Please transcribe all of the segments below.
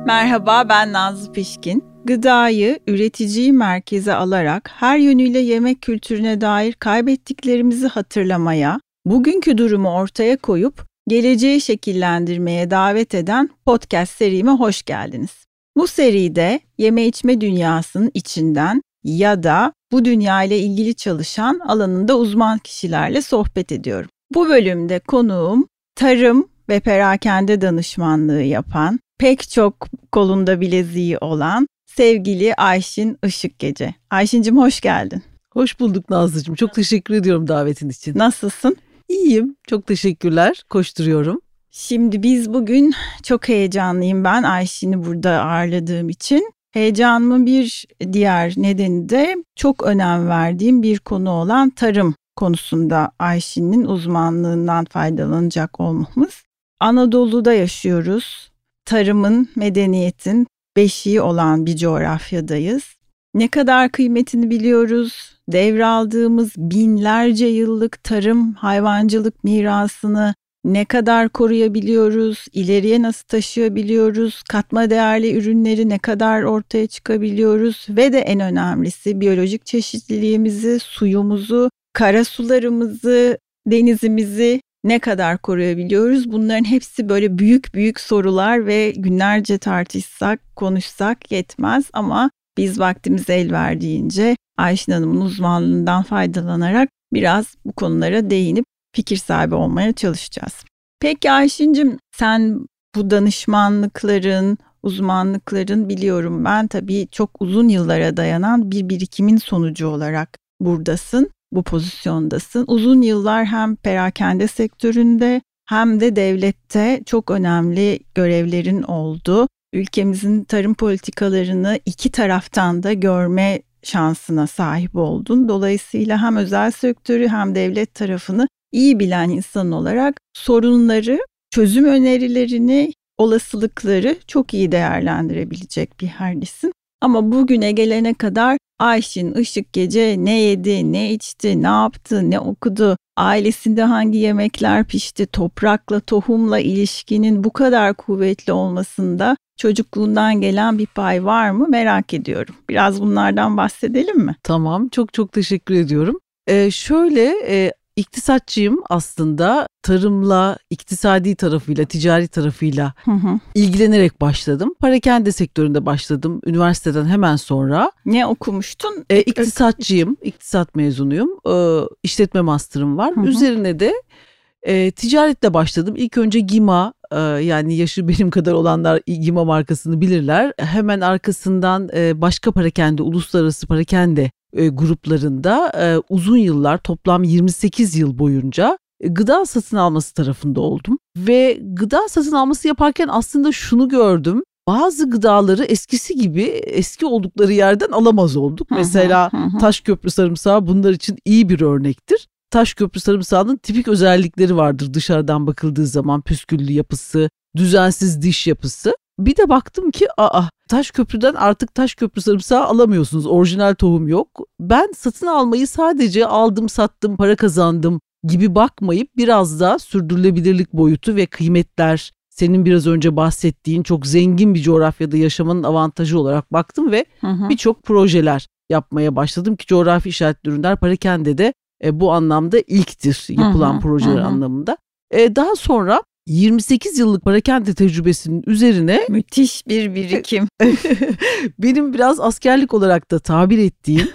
Merhaba, ben Nazlı Pişkin. Gıdayı, üreticiyi merkeze alarak her yönüyle yemek kültürüne dair kaybettiklerimizi hatırlamaya, bugünkü durumu ortaya koyup geleceği şekillendirmeye davet eden podcast serime hoş geldiniz. Bu seride yeme içme dünyasının içinden ya da bu dünya ile ilgili çalışan alanında uzman kişilerle sohbet ediyorum. Bu bölümde konuğum tarım ve perakende danışmanlığı yapan, pek çok kolunda bileziği olan sevgili Ayşin Işıkgece. Ayşin'cim hoş geldin. Hoş bulduk Nazlıcığım. Çok teşekkür ediyorum davetin için. Nasılsın? İyiyim. Çok teşekkürler. Koşturuyorum. Şimdi biz bugün çok heyecanlıyım ben Ayşin'i burada ağırladığım için. Heyecanımın bir diğer nedeni de çok önem verdiğim bir konu olan tarım konusunda Ayşin'in uzmanlığından faydalanacak olmamız. Anadolu'da yaşıyoruz. Tarımın, medeniyetin beşiği olan bir coğrafyadayız. Ne kadar kıymetini biliyoruz, devraldığımız binlerce yıllık tarım, hayvancılık mirasını ne kadar koruyabiliyoruz, ileriye nasıl taşıyabiliyoruz, katma değerli ürünleri ne kadar ortaya çıkabiliyoruz ve de en önemlisi biyolojik çeşitliliğimizi, suyumuzu, karasularımızı, denizimizi ne kadar koruyabiliyoruz? Bunların hepsi böyle büyük büyük sorular ve günlerce tartışsak, konuşsak yetmez ama biz vaktimiz el verdiğince Ayşin Hanım'ın uzmanlığından faydalanarak biraz bu konulara değinip fikir sahibi olmaya çalışacağız. Peki Ayşin'cim, sen bu danışmanlıkların, uzmanlıkların biliyorum ben tabii çok uzun yıllara dayanan bir birikimin sonucu olarak buradasın. Bu pozisyondasın. Uzun yıllar hem perakende sektöründe hem de devlette çok önemli görevlerin oldu. Ülkemizin tarım politikalarını iki taraftan da görme şansına sahip oldun. Dolayısıyla hem özel sektörü hem devlet tarafını iyi bilen insan olarak sorunları, çözüm önerilerini, olasılıkları çok iyi değerlendirebilecek bir yerdesin. Ama bugüne gelene kadar Ayşin Işıkgece ne yedi, ne içti, ne yaptı, ne okudu, ailesinde hangi yemekler pişti, toprakla, tohumla ilişkinin bu kadar kuvvetli olmasında çocukluğundan gelen bir pay var mı merak ediyorum. Biraz bunlardan bahsedelim mi? Tamam, çok teşekkür ediyorum. İktisatçıyım aslında. Tarımla, iktisadi tarafıyla, ticari tarafıyla ilgilenerek başladım. Perakende sektöründe başladım üniversiteden hemen sonra. Ne okumuştun? İktisatçıyım, iktisat mezunuyum. İşletme master'ım var. Üzerine de ticaretle başladım. İlk önce GİMA, yani yaşı benim kadar olanlar GİMA markasını bilirler. Hemen arkasından başka perakende, uluslararası perakende gruplarında uzun yıllar, toplam 28 yıl boyunca gıda satın alması tarafında oldum. Ve gıda satın alması yaparken aslında şunu gördüm. Bazı gıdaları eskisi gibi eski oldukları yerden alamaz olduk. Mesela Taşköprü sarımsağı bunlar için iyi bir örnektir. Taşköprü sarımsağının tipik özellikleri vardır dışarıdan bakıldığı zaman: püsküllü yapısı, düzensiz diş yapısı. Bir de baktım ki Taşköprü'den artık Taşköprü sarımsağı alamıyorsunuz. Orijinal tohum yok. Ben satın almayı sadece aldım, sattım, para kazandım gibi bakmayıp biraz da sürdürülebilirlik boyutu ve kıymetler, senin biraz önce bahsettiğin çok zengin bir coğrafyada yaşamanın avantajı olarak baktım ve birçok projeler yapmaya başladım ki coğrafi işaretli ürünler perakendede bu anlamda ilktir yapılan projeler anlamında. Daha sonra 28 yıllık perakende tecrübesinin üzerine müthiş bir birikim. Benim biraz askerlik olarak da tabir ettiğim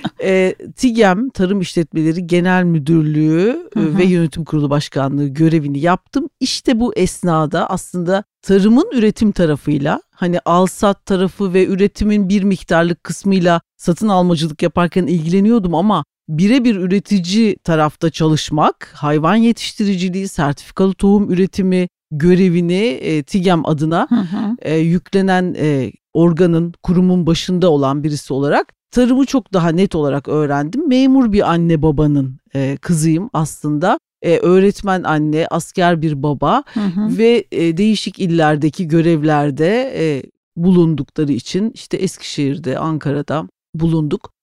TİGEM Tarım İşletmeleri Genel Müdürlüğü ve Yönetim Kurulu Başkanlığı görevini yaptım. İşte bu esnada aslında tarımın üretim tarafıyla, hani al-sat tarafı ve üretimin bir miktarlık kısmıyla satın almacılık yaparken ilgileniyordum ama birebir üretici tarafta çalışmak, hayvan yetiştiriciliği, sertifikalı tohum üretimi görevini TİGEM adına yüklenen organın, kurumun başında olan birisi olarak tarımı çok daha net olarak öğrendim. Memur bir anne babanın kızıyım aslında. Öğretmen anne, asker bir baba ve değişik illerdeki görevlerde bulundukları için işte Eskişehir'de, Ankara'da bulunduk.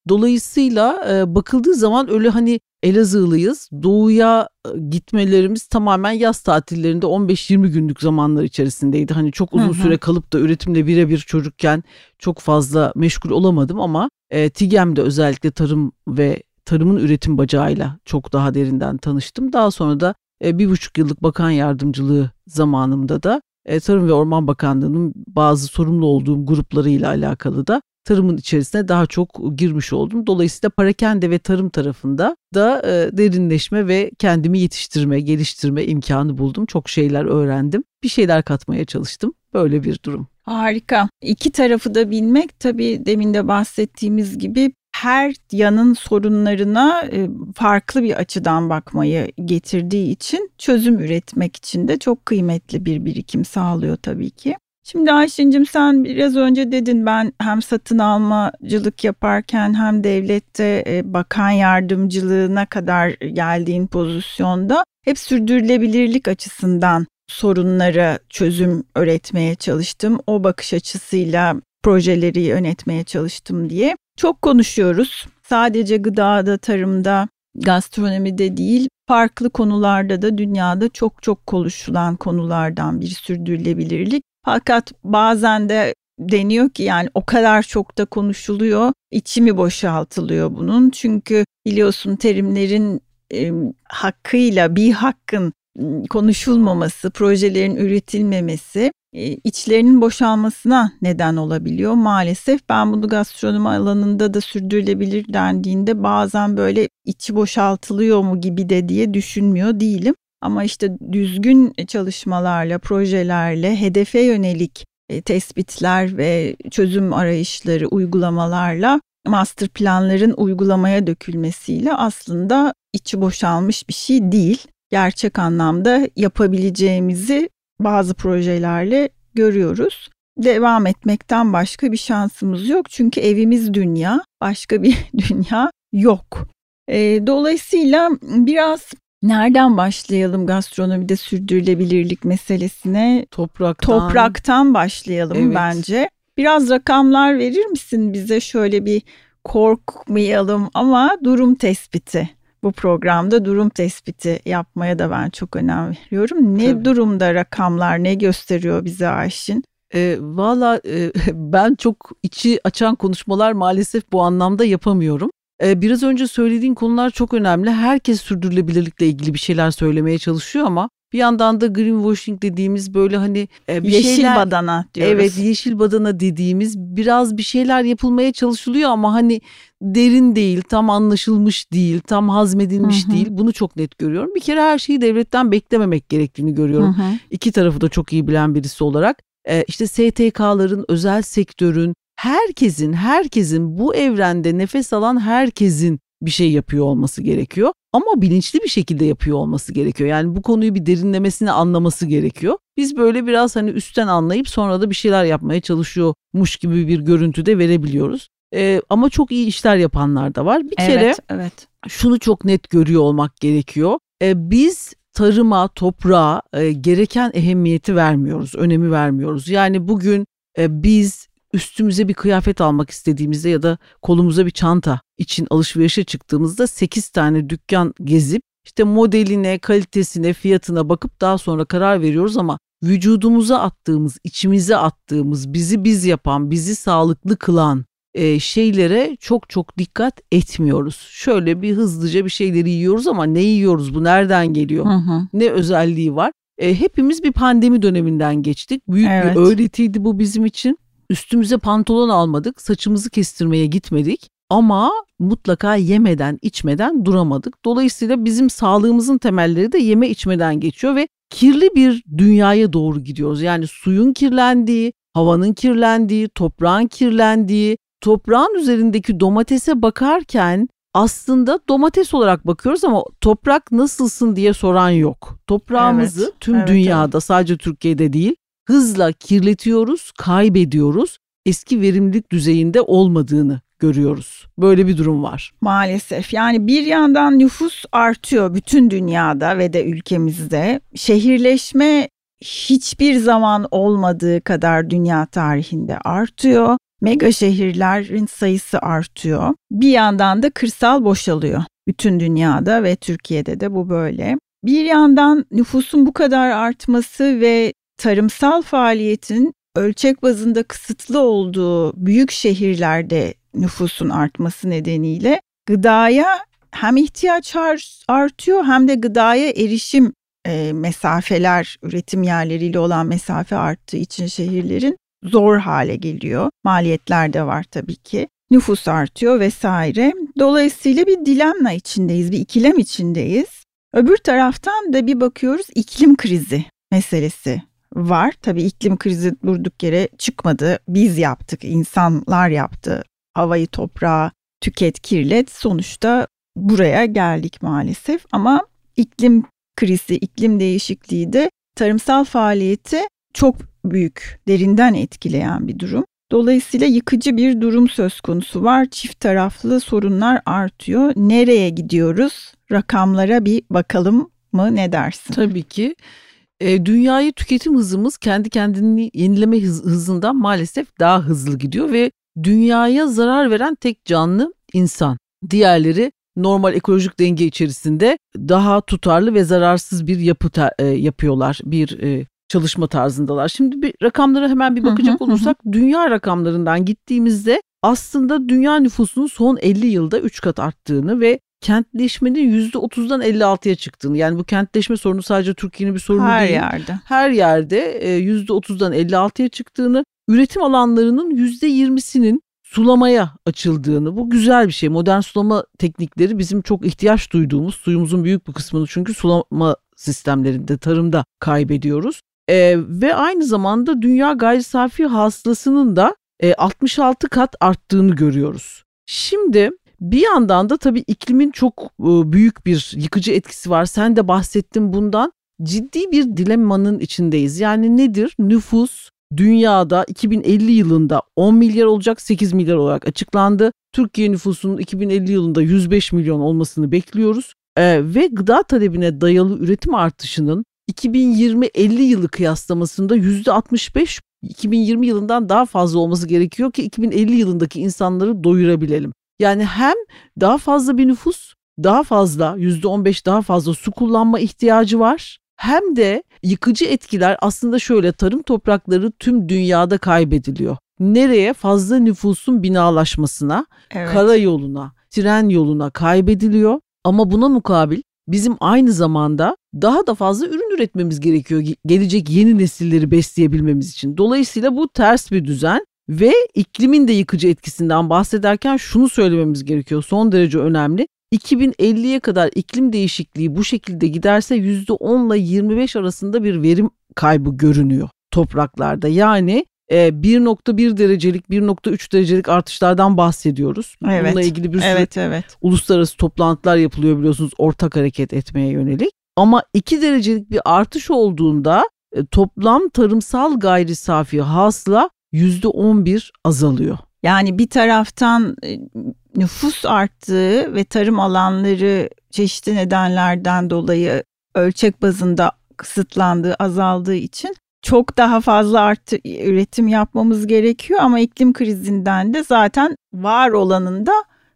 Dolayısıyla bakıldığı zaman öyle hani Elazığlıyız. Doğuya gitmelerimiz tamamen yaz tatillerinde 15-20 günlük zamanlar içerisindeydi. Hani çok uzun süre kalıp da üretimle birebir çocukken çok fazla meşgul olamadım ama TİGEM'de özellikle tarım ve tarımın üretim bacağıyla çok daha derinden tanıştım. Daha sonra da 1,5 yıllık bakan yardımcılığı zamanımda da Tarım ve Orman Bakanlığı'nın bazı sorumlu olduğum gruplarıyla alakalı da tarımın içerisine daha çok girmiş oldum. Dolayısıyla parakende ve tarım tarafında da derinleşme ve kendimi yetiştirme, geliştirme imkanı buldum. Çok şeyler öğrendim. Bir şeyler katmaya çalıştım. Böyle bir durum. Harika. İki tarafı da bilmek tabii demin de bahsettiğimiz gibi her yanın sorunlarına farklı bir açıdan bakmayı getirdiği için çözüm üretmek için de çok kıymetli bir birikim sağlıyor tabii ki. Şimdi Ayşin'cim sen biraz önce dedin ben hem satın almacılık yaparken hem devlette bakan yardımcılığına kadar geldiğin pozisyonda hep sürdürülebilirlik açısından sorunlara çözüm üretmeye çalıştım. O bakış açısıyla projeleri yönetmeye çalıştım diye. Çok konuşuyoruz. Sadece gıdada, tarımda, gastronomide değil, farklı konularda da dünyada çok konuşulan konulardan bir sürdürülebilirlik. Fakat bazen de deniyor ki yani o kadar çok da konuşuluyor, içimi boşaltılıyor bunun. Çünkü biliyorsun terimlerin hakkıyla bir hakkın konuşulmaması, projelerin üretilmemesi içlerinin boşalmasına neden olabiliyor. Maalesef ben bunu gastronomi alanında da sürdürülebilir dendiğinde bazen böyle içi boşaltılıyor mu gibi de diye düşünmüyor değilim. Ama işte düzgün çalışmalarla, projelerle, hedefe yönelik tespitler ve çözüm arayışları, uygulamalarla master planların uygulamaya dökülmesiyle aslında içi boşalmış bir şey değil. Gerçek anlamda yapabileceğimizi bazı projelerle görüyoruz. Devam etmekten başka bir şansımız yok. Çünkü evimiz dünya, başka bir dünya yok. Dolayısıyla biraz nereden başlayalım gastronomide sürdürülebilirlik meselesine? Topraktan başlayalım evet. Bence. Biraz rakamlar verir misin bize? Şöyle bir korkmayalım ama durum tespiti. Bu programda durum tespiti yapmaya da ben çok önem veriyorum. Ne Tabii. durumda rakamlar, ne gösteriyor bize Ayşin? Valla ben çok içi açan konuşmalar maalesef bu anlamda yapamıyorum. Biraz önce söylediğin konular çok önemli. Herkes sürdürülebilirlikle ilgili bir şeyler söylemeye çalışıyor ama bir yandan da greenwashing dediğimiz böyle hani yeşil badana diyoruz. Evet, yeşil badana dediğimiz biraz bir şeyler yapılmaya çalışılıyor ama hani derin değil, tam anlaşılmış değil, tam hazmedilmiş değil. Bunu çok net görüyorum. Bir kere her şeyi devletten beklememek gerektiğini görüyorum. İki tarafı da çok iyi bilen birisi olarak. İşte STK'ların, özel sektörün, herkesin bu evrende nefes alan herkesin bir şey yapıyor olması gerekiyor. Ama bilinçli bir şekilde yapıyor olması gerekiyor. Yani bu konuyu bir derinlemesine anlaması gerekiyor. Biz böyle biraz hani üstten anlayıp sonra da bir şeyler yapmaya çalışıyormuş gibi bir görüntü de verebiliyoruz. Ama çok iyi işler yapanlar da var. Bir kere şunu çok net görüyor olmak gerekiyor. Biz tarıma, toprağa gereken ehemmiyeti vermiyoruz, önemi vermiyoruz. Yani bugün biz üstümüze bir kıyafet almak istediğimizde ya da kolumuza bir çanta için alışverişe çıktığımızda 8 tane dükkan gezip işte modeline, kalitesine, fiyatına bakıp daha sonra karar veriyoruz ama vücudumuza attığımız, içimize attığımız, bizi biz yapan, bizi sağlıklı kılan şeylere çok dikkat etmiyoruz. Şöyle bir hızlıca bir şeyleri yiyoruz ama ne yiyoruz, bu nereden geliyor, ne özelliği var? Hepimiz bir pandemi döneminden geçtik. Büyük bir öğretiydi bu bizim için. Üstümüze pantolon almadık, saçımızı kestirmeye gitmedik ama mutlaka yemeden, içmeden duramadık. Dolayısıyla bizim sağlığımızın temelleri de yeme içmeden geçiyor ve kirli bir dünyaya doğru gidiyoruz. Yani suyun kirlendiği, havanın kirlendiği, toprağın kirlendiği, toprağın üzerindeki domatese bakarken aslında domates olarak bakıyoruz ama toprak nasılsın diye soran yok. Toprağımızı tüm dünyada, sadece Türkiye'de değil, hızla kirletiyoruz, kaybediyoruz. Eski verimlilik düzeyinde olmadığını görüyoruz. Böyle bir durum var. Maalesef. Yani bir yandan nüfus artıyor bütün dünyada ve de ülkemizde. Şehirleşme hiçbir zaman olmadığı kadar dünya tarihinde artıyor. Mega şehirlerin sayısı artıyor. Bir yandan da kırsal boşalıyor. Bütün dünyada ve Türkiye'de de bu böyle. Bir yandan nüfusun bu kadar artması ve tarımsal faaliyetin ölçek bazında kısıtlı olduğu büyük şehirlerde nüfusun artması nedeniyle gıdaya hem ihtiyaç artıyor hem de gıdaya erişim mesafeler, üretim yerleriyle olan mesafe arttığı için şehirlerin zor hale geliyor. Maliyetler de var tabii ki. Nüfus artıyor vesaire. Dolayısıyla bir dilemma içindeyiz, bir ikilem içindeyiz. Öbür taraftan da bir bakıyoruz iklim krizi meselesi var. Tabii iklim krizi durduk yere çıkmadı. Biz yaptık, insanlar yaptı. Havayı, toprağı tüket, kirlet. Sonuçta buraya geldik maalesef. Ama iklim krizi, iklim değişikliği de tarımsal faaliyeti çok büyük, derinden etkileyen bir durum. Dolayısıyla yıkıcı bir durum söz konusu var. Çift taraflı sorunlar artıyor. Nereye gidiyoruz? Rakamlara bir bakalım mı? Ne dersin? Tabii ki. Dünyayı tüketim hızımız kendi kendini yenileme hızından maalesef daha hızlı gidiyor ve dünyaya zarar veren tek canlı insan. Diğerleri normal ekolojik denge içerisinde daha tutarlı ve zararsız bir yapı yapıyorlar. Bir çalışma tarzındalar. Şimdi bir rakamlara hemen bir bakacak olursak dünya rakamlarından gittiğimizde aslında dünya nüfusunun son 50 yılda 3 kat arttığını ve kentleşmenin %30'dan 56'ya çıktığını, yani bu kentleşme sorunu sadece Türkiye'nin bir sorunu değil. Her yerde %30'dan 56'ya çıktığını, üretim alanlarının %20'sinin sulamaya açıldığını, bu güzel bir şey. Modern sulama teknikleri bizim çok ihtiyaç duyduğumuz, suyumuzun büyük bir kısmını çünkü sulama sistemlerinde, tarımda kaybediyoruz. Ve aynı zamanda dünya gayri safi hasılasının da 66 kat arttığını görüyoruz. Şimdi bir yandan da tabii iklimin çok büyük bir yıkıcı etkisi var. Sen de bahsettin bundan. Ciddi bir dilemmanın içindeyiz. Yani nedir? Nüfus dünyada 2050 yılında 10 milyar olacak, 8 milyar olarak açıklandı. Türkiye nüfusunun 2050 yılında 105 milyon olmasını bekliyoruz. Ve gıda talebine dayalı üretim artışının 2020-50 yılı kıyaslamasında %65 2020 yılından daha fazla olması gerekiyor ki 2050 yılındaki insanları doyurabilelim. Yani hem daha fazla bir nüfus, daha fazla %15 daha fazla su kullanma ihtiyacı var. Hem de yıkıcı etkiler aslında şöyle, tarım toprakları tüm dünyada kaybediliyor. Nereye? Fazla nüfusun binalaşmasına, evet, karayoluna, tren yoluna kaybediliyor. Ama buna mukabil bizim aynı zamanda daha da fazla ürün üretmemiz gerekiyor gelecek yeni nesilleri besleyebilmemiz için. Dolayısıyla bu ters bir düzen ve iklimin de yıkıcı etkisinden bahsederken şunu söylememiz gerekiyor, son derece önemli. 2050'ye kadar iklim değişikliği bu şekilde giderse %10 ile 25 arasında bir verim kaybı görünüyor topraklarda. Yani 1.1 derecelik, 1.3 derecelik artışlardan bahsediyoruz. Evet. Bununla ilgili bir sürü uluslararası toplantılar yapılıyor biliyorsunuz, ortak hareket etmeye yönelik. Ama 2 derecelik bir artış olduğunda toplam tarımsal gayri safi hasıla %11 azalıyor. Yani bir taraftan nüfus arttığı ve tarım alanları çeşitli nedenlerden dolayı ölçek bazında kısıtlandığı, azaldığı için çok daha fazla üretim yapmamız gerekiyor ama iklim krizinden de zaten var olanın da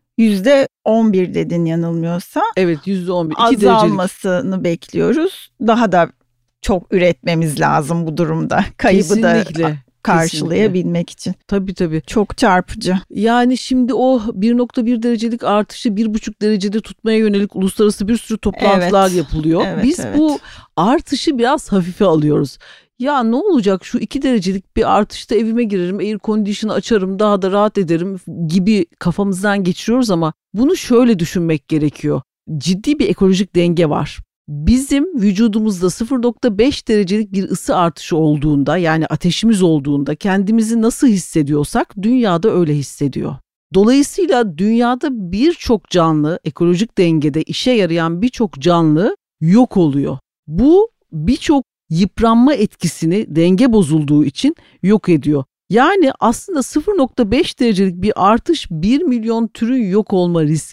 %11 dedin yanılmıyorsa. Evet, %11. Azalmasını bekliyoruz. Daha da çok üretmemiz lazım bu durumda. Kaybı kesinlikle, da karşılayabilmek için. Tabii. Çok çarpıcı. Yani şimdi o 1.1 derecelik artışı 1.5 derecede tutmaya yönelik uluslararası bir sürü toplantılar yapılıyor. Biz bu artışı biraz hafife alıyoruz. Ya ne olacak, şu 2 derecelik bir artışta evime girerim, air condition'ı açarım, daha da rahat ederim gibi kafamızdan geçiriyoruz ama bunu şöyle düşünmek gerekiyor. Ciddi bir ekolojik denge var. Bizim vücudumuzda 0.5 derecelik bir ısı artışı olduğunda, yani ateşimiz olduğunda kendimizi nasıl hissediyorsak dünyada öyle hissediyor. Dolayısıyla dünyada birçok canlı, ekolojik dengede işe yarayan birçok canlı yok oluyor. Bu birçok yıpranma etkisini, denge bozulduğu için yok ediyor. Yani aslında 0.5 derecelik bir artış 1 milyon türün yok olma riski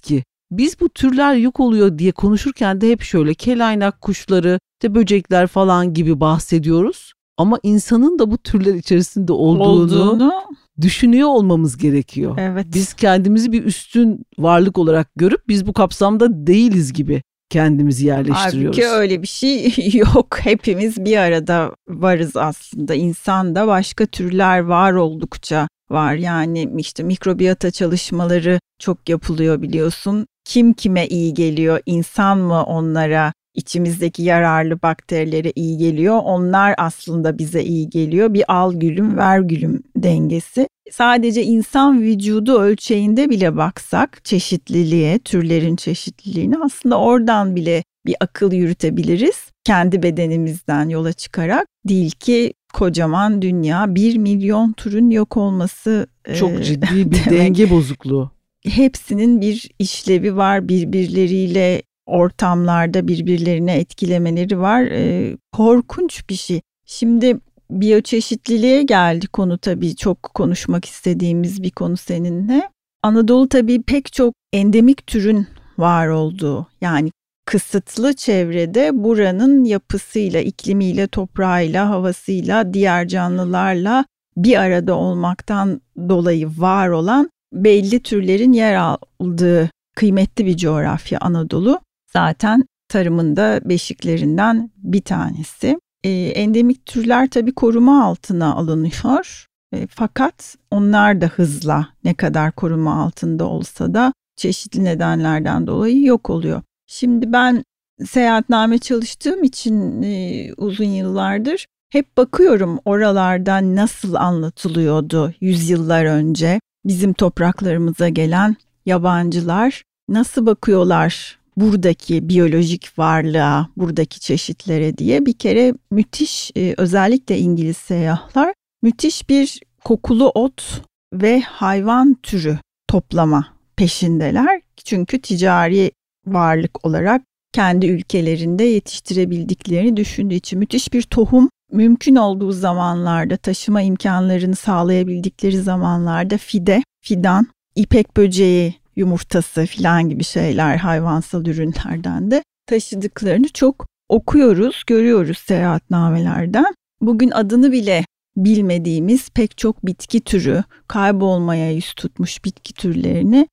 Biz bu türler yok oluyor diye konuşurken de hep şöyle kelaynak kuşları, işte böcekler falan gibi bahsediyoruz. Ama insanın da bu türler içerisinde olduğunu düşünüyor olmamız gerekiyor. Evet. Biz kendimizi bir üstün varlık olarak görüp biz bu kapsamda değiliz gibi kendimizi yerleştiriyoruz. Halbuki öyle bir şey yok. Hepimiz bir arada varız aslında. İnsan da başka türler var oldukça var. Yani işte mikrobiyata çalışmaları çok yapılıyor biliyorsun. Kim kime iyi geliyor? İnsan mı onlara, içimizdeki yararlı bakterilere iyi geliyor? Onlar aslında bize iyi geliyor. Bir al gülüm ver gülüm dengesi. Sadece insan vücudu ölçeğinde bile baksak çeşitliliğe, türlerin çeşitliliğine aslında oradan bile bir akıl yürütebiliriz. Kendi bedenimizden yola çıkarak değil ki kocaman dünya 1 milyon türün yok olması çok ciddi bir denge bozukluğu. Hepsinin bir işlevi var, birbirleriyle ortamlarda birbirlerine etkilemeleri var. Korkunç bir şey. Şimdi biyoçeşitliliğe geldi konu, tabii çok konuşmak istediğimiz bir konu seninle. Anadolu tabii pek çok endemik türün var olduğu, yani kısıtlı çevrede buranın yapısıyla, iklimiyle, toprağıyla, havasıyla, diğer canlılarla bir arada olmaktan dolayı var olan belli türlerin yer aldığı kıymetli bir coğrafya Anadolu. Zaten tarımın da beşiklerinden bir tanesi. Endemik türler tabii koruma altına alınıyor. Fakat onlar da hızla, ne kadar koruma altında olsa da çeşitli nedenlerden dolayı yok oluyor. Şimdi ben seyahatname çalıştığım için uzun yıllardır hep bakıyorum oralarda nasıl anlatılıyordu yüzyıllar önce. Bizim topraklarımıza gelen yabancılar nasıl bakıyorlar buradaki biyolojik varlığa, buradaki çeşitlere diye. Bir kere müthiş, özellikle İngiliz seyyahlar müthiş bir kokulu ot ve hayvan türü toplama peşindeler. Çünkü ticari varlık olarak kendi ülkelerinde yetiştirebildiklerini düşündüğü için müthiş bir tohum, mümkün olduğu zamanlarda taşıma imkanlarını sağlayabildikleri zamanlarda fidan, ipek böceği yumurtası filan gibi şeyler, hayvansal ürünlerden de taşıdıklarını çok okuyoruz, görüyoruz seyahatnamelerden. Bugün adını bile bilmediğimiz pek çok bitki türü, kaybolmaya yüz tutmuş bitki türlerini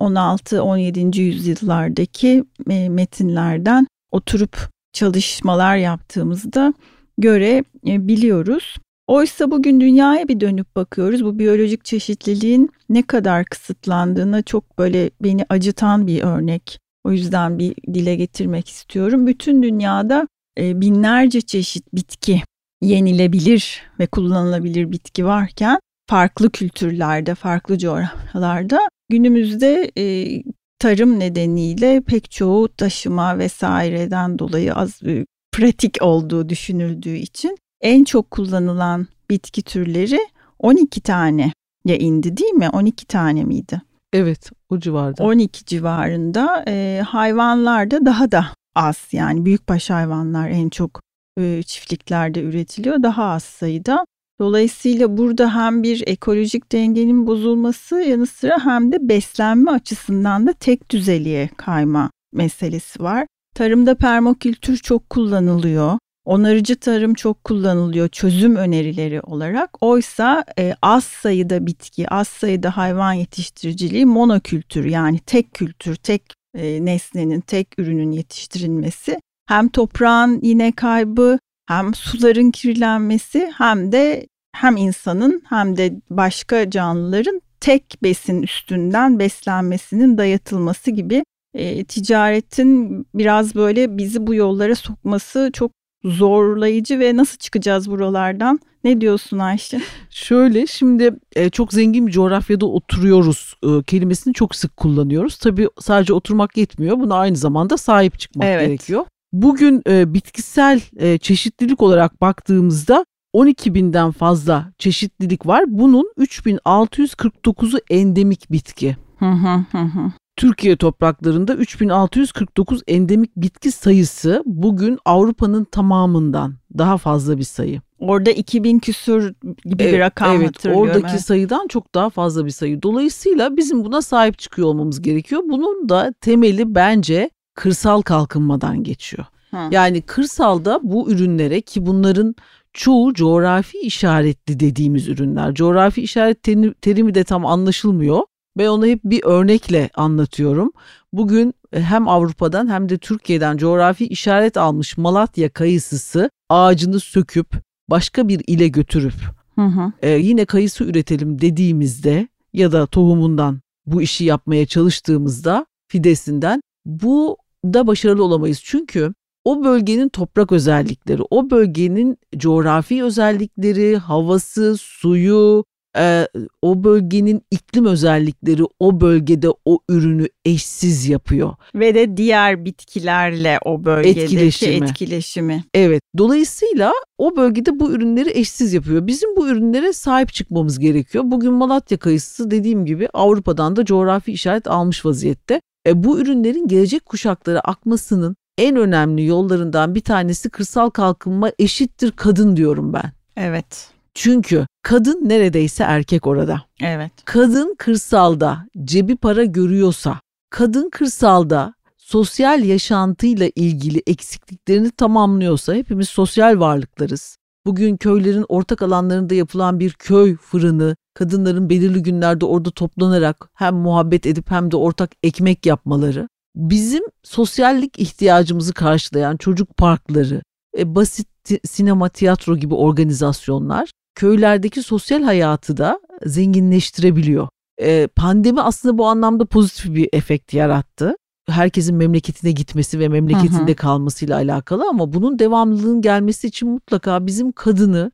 16-17. yüzyıllardaki metinlerden oturup çalışmalar yaptığımızda görebiliyoruz. Oysa bugün dünyaya bir dönüp bakıyoruz. Bu biyolojik çeşitliliğin ne kadar kısıtlandığına çok böyle beni acıtan bir örnek. O yüzden bir dile getirmek istiyorum. Bütün dünyada binlerce çeşit bitki, yenilebilir ve kullanılabilir bitki varken farklı kültürlerde, farklı coğrafyalarda günümüzde tarım nedeniyle pek çoğu taşıma vesaireden dolayı az pratik olduğu düşünüldüğü için en çok kullanılan bitki türleri 12 taneye indi, değil mi? 12 tane miydi? Evet, o civarda. 12 civarında. Hayvanlar da daha da az, yani büyükbaş hayvanlar en çok çiftliklerde üretiliyor, daha az sayıda. Dolayısıyla burada hem bir ekolojik dengenin bozulması yanı sıra hem de beslenme açısından da tek düzeliğe kayma meselesi var. Tarımda permakültür çok kullanılıyor. Onarıcı tarım çok kullanılıyor çözüm önerileri olarak. Oysa az sayıda bitki, az sayıda hayvan yetiştiriciliği monokültür, yani tek kültür, tek nesnenin, tek ürünün yetiştirilmesi hem toprağın yine kaybı, hem suların kirlenmesi, hem insanın hem de başka canlıların tek besin üstünden beslenmesinin dayatılması gibi ticaretin biraz böyle bizi bu yollara sokması çok zorlayıcı ve nasıl çıkacağız buralardan? Ne diyorsun Ayşe? Şöyle, şimdi çok zengin bir coğrafyada oturuyoruz kelimesini çok sık kullanıyoruz. Tabii sadece oturmak yetmiyor. Buna aynı zamanda sahip çıkmak gerekiyor. Bugün bitkisel çeşitlilik olarak baktığımızda 12.000'den fazla çeşitlilik var. Bunun 3.649'u endemik bitki. Türkiye topraklarında 3649 endemik bitki sayısı bugün Avrupa'nın tamamından daha fazla bir sayı. Orada 2000 küsur gibi bir rakam hatırlıyorum. Oradaki sayıdan çok daha fazla bir sayı. Dolayısıyla bizim buna sahip çıkıyor olmamız gerekiyor. Bunun da temeli bence kırsal kalkınmadan geçiyor. Yani kırsalda bu ürünlere, ki bunların çoğu coğrafi işaretli dediğimiz ürünler. Coğrafi işaret terimi de tam anlaşılmıyor. Ben onu hep bir örnekle anlatıyorum. Bugün hem Avrupa'dan hem de Türkiye'den coğrafi işaret almış Malatya kayısısı ağacını söküp başka bir ile götürüp yine kayısı üretelim dediğimizde ya da tohumundan bu işi yapmaya çalıştığımızda, fidesinden, bu da başarılı olamayız. Çünkü o bölgenin toprak özellikleri, o bölgenin coğrafi özellikleri, havası, suyu, o bölgenin iklim özellikleri o bölgede o ürünü eşsiz yapıyor. Ve de diğer bitkilerle o bölgedeki etkileşimi. Evet, dolayısıyla o bölgede bu ürünleri eşsiz yapıyor. Bizim bu ürünlere sahip çıkmamız gerekiyor. Bugün Malatya kayısısı dediğim gibi Avrupa'dan da coğrafi işaret almış vaziyette. Bu ürünlerin gelecek kuşaklara akmasının en önemli yollarından bir tanesi kırsal kalkınma eşittir kadın diyorum ben. Evet. Çünkü kadın neredeyse erkek orada. Evet. Kadın kırsalda cebi para görüyorsa, kadın kırsalda sosyal yaşantıyla ilgili eksikliklerini tamamlıyorsa, hepimiz sosyal varlıklarız. Bugün köylerin ortak alanlarında yapılan bir köy fırını, kadınların belirli günlerde orada toplanarak hem muhabbet edip hem de ortak ekmek yapmaları, bizim sosyallik ihtiyacımızı karşılayan çocuk parkları, basit sinema, tiyatro gibi organizasyonlar köylerdeki sosyal hayatı da zenginleştirebiliyor. Pandemi aslında bu anlamda pozitif bir efekt yarattı. Herkesin memleketine gitmesi ve memleketinde kalmasıyla alakalı, ama bunun devamlılığının gelmesi için mutlaka bizim kadını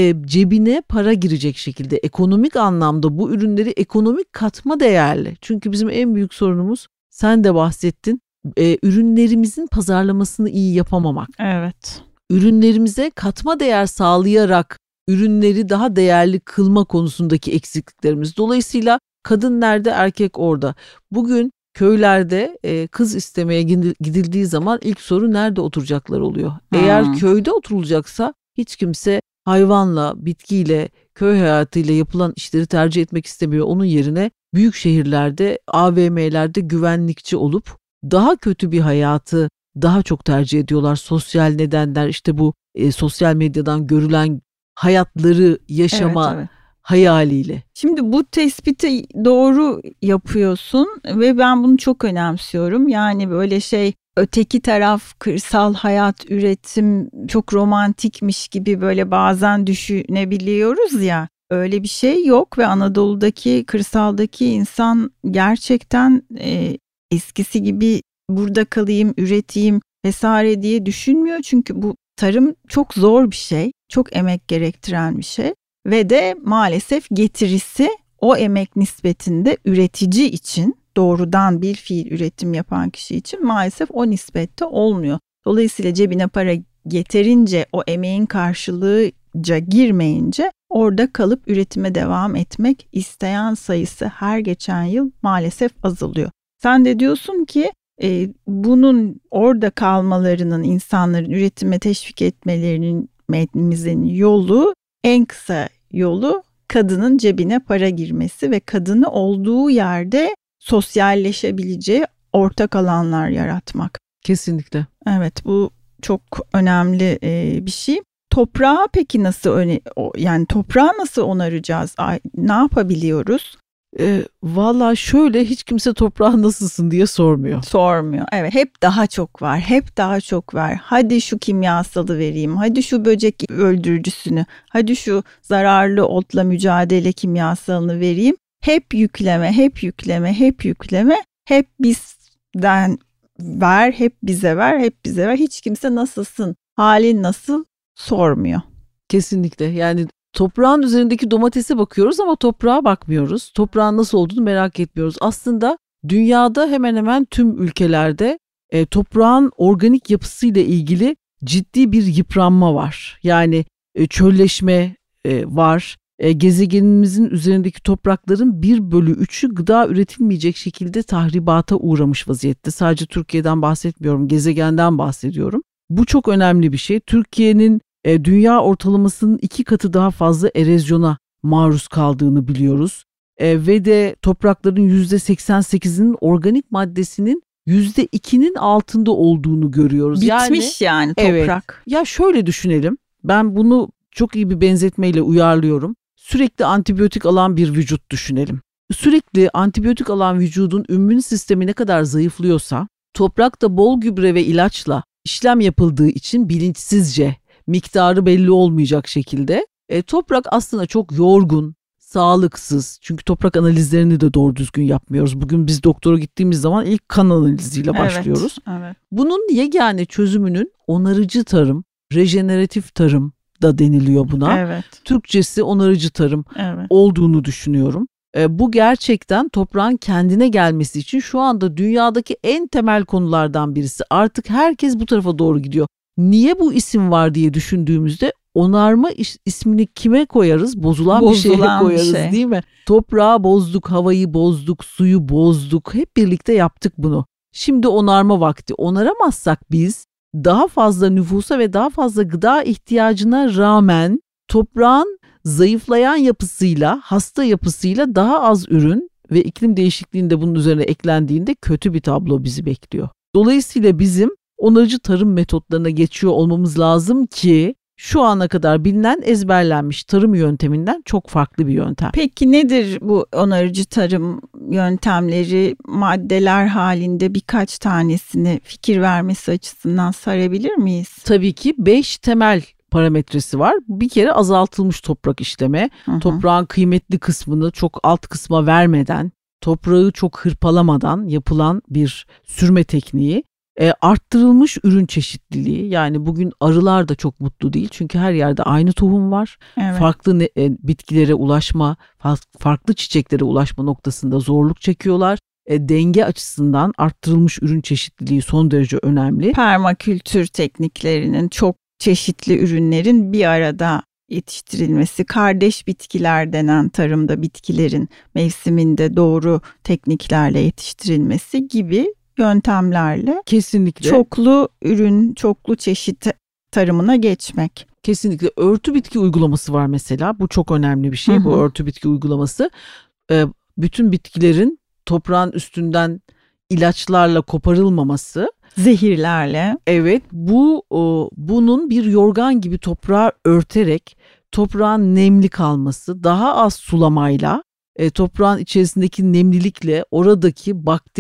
cebine para girecek şekilde, ekonomik anlamda bu ürünleri ekonomik katma değerli. Çünkü bizim en büyük sorunumuz, sen de bahsettin, ürünlerimizin pazarlamasını iyi yapamamak. Evet. Ürünlerimize katma değer sağlayarak ürünleri daha değerli kılma konusundaki eksikliklerimiz. Dolayısıyla kadın nerede, erkek orada. Bugün köylerde kız istemeye gidildiği zaman ilk soru nerede oturacaklar oluyor. Eğer köyde oturulacaksa hiç kimse hayvanla, bitkiyle, köy hayatıyla yapılan işleri tercih etmek istemiyor. Onun yerine büyük şehirlerde, AVM'lerde güvenlikçi olup daha kötü bir hayatı daha çok tercih ediyorlar. Sosyal nedenler, işte bu sosyal medyadan görülen hayatları yaşama hayaliyle. Şimdi bu tespiti doğru yapıyorsun ve ben bunu çok önemsiyorum. Yani böyle öteki taraf kırsal hayat, üretim çok romantikmiş gibi böyle bazen düşünebiliyoruz ya. Öyle bir şey yok ve Anadolu'daki, kırsaldaki insan gerçekten eskisi gibi burada kalayım, üreteyim vesaire diye düşünmüyor. Çünkü bu tarım çok zor bir şey, çok emek gerektiren bir şey ve de maalesef getirisi o emek nispetinde üretici için, doğrudan bir fiil üretim yapan kişi için maalesef o nispette olmuyor. Dolayısıyla cebine para yeterince, o emeğin karşılığıca girmeyince orada kalıp üretime devam etmek isteyen sayısı her geçen yıl maalesef azalıyor. Sen de diyorsun ki bunun orada kalmalarının, insanların üretime teşvik etmemizin yolu, en kısa yolu kadının cebine para girmesi ve kadını olduğu yerde sosyalleşebileceği ortak alanlar yaratmak. Kesinlikle. Evet, bu çok önemli bir şey. Toprağa peki nasıl yani toprağı nasıl onaracağız? Ne yapabiliyoruz? Valla şöyle, hiç kimse toprağa nasılsın diye sormuyor. Sormuyor. Evet, hep daha çok var. Hep daha çok var. Hadi şu kimyasalı vereyim. Hadi şu böcek öldürücüsünü. Hadi şu zararlı otla mücadele kimyasalını vereyim. Hep yükleme, hep yükleme, hep yükleme. Hep bizden ver, hep bize ver, hep bize ver. Hiç kimse nasılsın, halin nasıl sormuyor. Kesinlikle. Yani toprağın üzerindeki domatese bakıyoruz ama toprağa bakmıyoruz. Toprağın nasıl olduğunu merak etmiyoruz. Aslında dünyada hemen hemen tüm ülkelerde toprağın organik yapısıyla ilgili ciddi bir yıpranma var. Yani çölleşme var. Gezegenimizin üzerindeki toprakların 1/3'ü gıda üretilmeyecek şekilde tahribata uğramış vaziyette. Sadece Türkiye'den bahsetmiyorum, gezegenden bahsediyorum. Bu çok önemli bir şey. Türkiye'nin dünya ortalamasının 2 katı daha fazla erozyona maruz kaldığını biliyoruz. Ve de toprakların %88'inin organik maddesinin %2'nin altında olduğunu görüyoruz. Bitmiş yani toprak. Evet. Ya şöyle düşünelim. Ben bunu çok iyi bir benzetmeyle uyarlıyorum. Sürekli antibiyotik alan bir vücut düşünelim. Sürekli antibiyotik alan vücudun immün sistemi ne kadar zayıflıyorsa, toprakta bol gübre ve ilaçla işlem yapıldığı için bilinçsizce, miktarı belli olmayacak şekilde toprak aslında çok yorgun, sağlıksız. Çünkü toprak analizlerini de doğru düzgün yapmıyoruz. Bugün biz doktora gittiğimiz zaman ilk kan analiziyle başlıyoruz. Evet. Bunun yegane çözümünün onarıcı tarım, rejeneratif tarım da deniliyor buna. Evet. Türkçesi onarıcı tarım olduğunu düşünüyorum. Bu gerçekten toprağın kendine gelmesi için şu anda dünyadaki en temel konulardan birisi. Artık herkes bu tarafa doğru gidiyor. Niye bu isim var diye düşündüğümüzde onarma ismini kime koyarız? Bozulan bir şeye koyarız, değil mi? Toprağı bozduk, havayı bozduk, suyu bozduk. Hep birlikte yaptık bunu. Şimdi onarma vakti. Onaramazsak biz daha fazla nüfusa ve daha fazla gıda ihtiyacına rağmen toprağın zayıflayan yapısıyla, hasta yapısıyla daha az ürün ve iklim değişikliğinde bunun üzerine eklendiğinde kötü bir tablo bizi bekliyor. Dolayısıyla bizim onarıcı tarım metotlarına geçiyor olmamız lazım ki şu ana kadar bilinen ezberlenmiş tarım yönteminden çok farklı bir yöntem. Peki nedir bu onarıcı tarım yöntemleri? Maddeler halinde birkaç tanesini fikir vermesi açısından sarabilir miyiz? Tabii ki 5 temel parametresi var. Bir kere azaltılmış toprak işleme, toprağın kıymetli kısmını çok alt kısma vermeden, toprağı çok hırpalamadan yapılan bir sürme tekniği. Arttırılmış ürün çeşitliliği, yani bugün arılar da çok mutlu değil çünkü her yerde aynı tohum var. Evet. Farklı bitkilere ulaşma, farklı çiçeklere ulaşma noktasında zorluk çekiyorlar. Denge açısından arttırılmış ürün çeşitliliği son derece önemli. Permakültür tekniklerinin çok çeşitli ürünlerin bir arada yetiştirilmesi, kardeş bitkiler denen tarımda bitkilerin mevsiminde doğru tekniklerle yetiştirilmesi gibi yöntemlerle kesinlikle çoklu ürün, çoklu çeşit tarımına geçmek. Kesinlikle örtü bitki uygulaması var mesela. Bu çok önemli bir şey. Bu örtü bitki uygulaması. Bütün bitkilerin toprağın üstünden ilaçlarla koparılmaması. Zehirlerle. Evet, bunun bir yorgan gibi toprağı örterek toprağın nemli kalması, daha az sulamayla, toprağın içerisindeki nemlilikle oradaki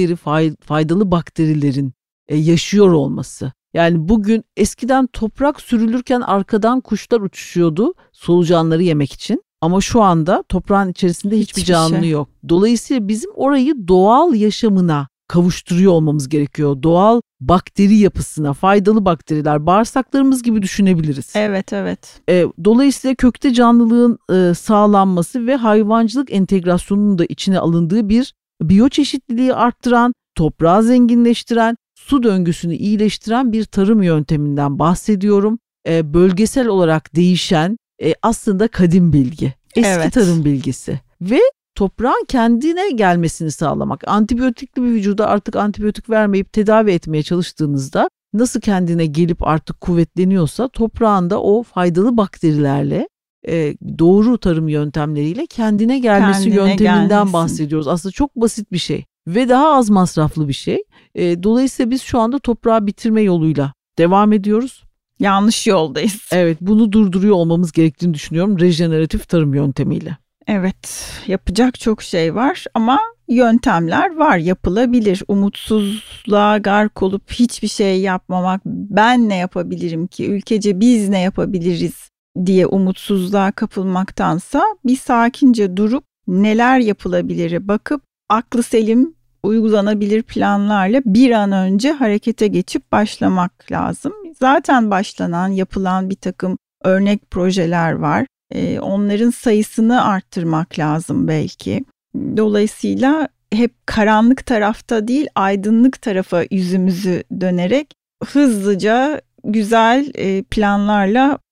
faydalı bakterilerin yaşıyor olması. Yani bugün eskiden toprak sürülürken arkadan kuşlar uçuşuyordu solucanları yemek için. Ama şu anda toprağın içerisinde hiçbir canlı yok. Dolayısıyla bizim orayı doğal yaşamına kavuşturuyor olmamız gerekiyor. Doğal bakteri yapısına, faydalı bakteriler, bağırsaklarımız gibi düşünebiliriz. Evet. Dolayısıyla kökte canlılığın sağlanması ve hayvancılık entegrasyonunun da içine alındığı bir biyoçeşitliliği arttıran, toprağı zenginleştiren, su döngüsünü iyileştiren bir tarım yönteminden bahsediyorum. Bölgesel olarak değişen aslında kadim bilgi, eski tarım bilgisi ve toprağın kendine gelmesini sağlamak. Antibiyotikli bir vücuda artık antibiyotik vermeyip tedavi etmeye çalıştığınızda nasıl kendine gelip artık kuvvetleniyorsa toprağın da o faydalı bakterilerle doğru tarım yöntemleriyle kendine gelmesi yönteminden bahsediyoruz. Aslında çok basit bir şey ve daha az masraflı bir şey. Dolayısıyla biz şu anda toprağı bitirme yoluyla devam ediyoruz. Yanlış yoldayız. Evet, bunu durduruyor olmamız gerektiğini düşünüyorum rejeneratif tarım yöntemiyle. Evet, yapacak çok şey var ama yöntemler var, yapılabilir. Umutsuzluğa gark olup hiçbir şey yapmamak, ben ne yapabilirim ki, ülkece biz ne yapabiliriz diye umutsuzluğa kapılmaktansa bir sakince durup neler yapılabilir bakıp aklı selim uygulanabilir planlarla bir an önce harekete geçip başlamak lazım. Zaten yapılan bir takım örnek projeler var. Onların sayısını arttırmak lazım belki. Dolayısıyla hep karanlık tarafta değil, aydınlık tarafa yüzümüzü dönerek hızlıca güzel planlarla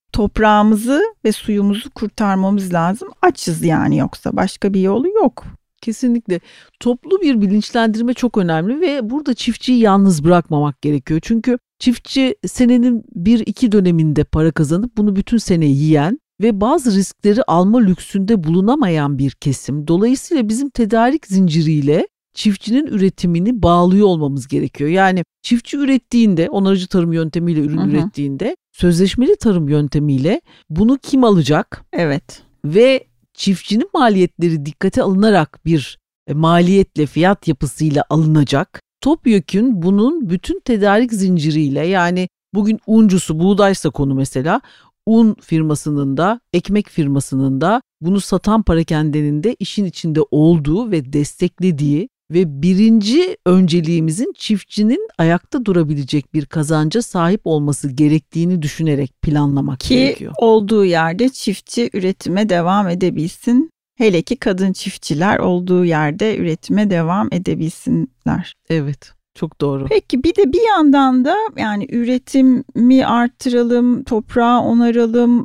toprağımızı ve suyumuzu kurtarmamız lazım. Açız yani, yoksa başka bir yolu yok. Kesinlikle. Toplu bir bilinçlendirme çok önemli ve burada çiftçiyi yalnız bırakmamak gerekiyor. Çünkü çiftçi senenin 1-2 döneminde para kazanıp bunu bütün sene yiyen ve bazı riskleri alma lüksünde bulunamayan bir kesim. Dolayısıyla bizim tedarik zinciriyle çiftçinin üretimini bağlıyor olmamız gerekiyor. Yani çiftçi ürettiğinde, onarıcı tarım yöntemiyle ürün ürettiğinde, sözleşmeli tarım yönetimiyle bunu kim alacak? Evet. Ve çiftçinin maliyetleri dikkate alınarak bir maliyetle, fiyat yapısıyla alınacak. Topyekün bunun bütün tedarik zinciriyle, yani bugün uncusu, buğdaysa konu mesela, un firmasının da, ekmek firmasının da, bunu satan parakendenin de işin içinde olduğu ve desteklediği ve birinci önceliğimizin çiftçinin ayakta durabilecek bir kazanca sahip olması gerektiğini düşünerek planlamak gerekiyor. Ki olduğu yerde çiftçi üretime devam edebilsin. Hele ki kadın çiftçiler olduğu yerde üretime devam edebilsinler. Evet, çok doğru. Peki bir de bir yandan da yani üretimi arttıralım, toprağı onaralım,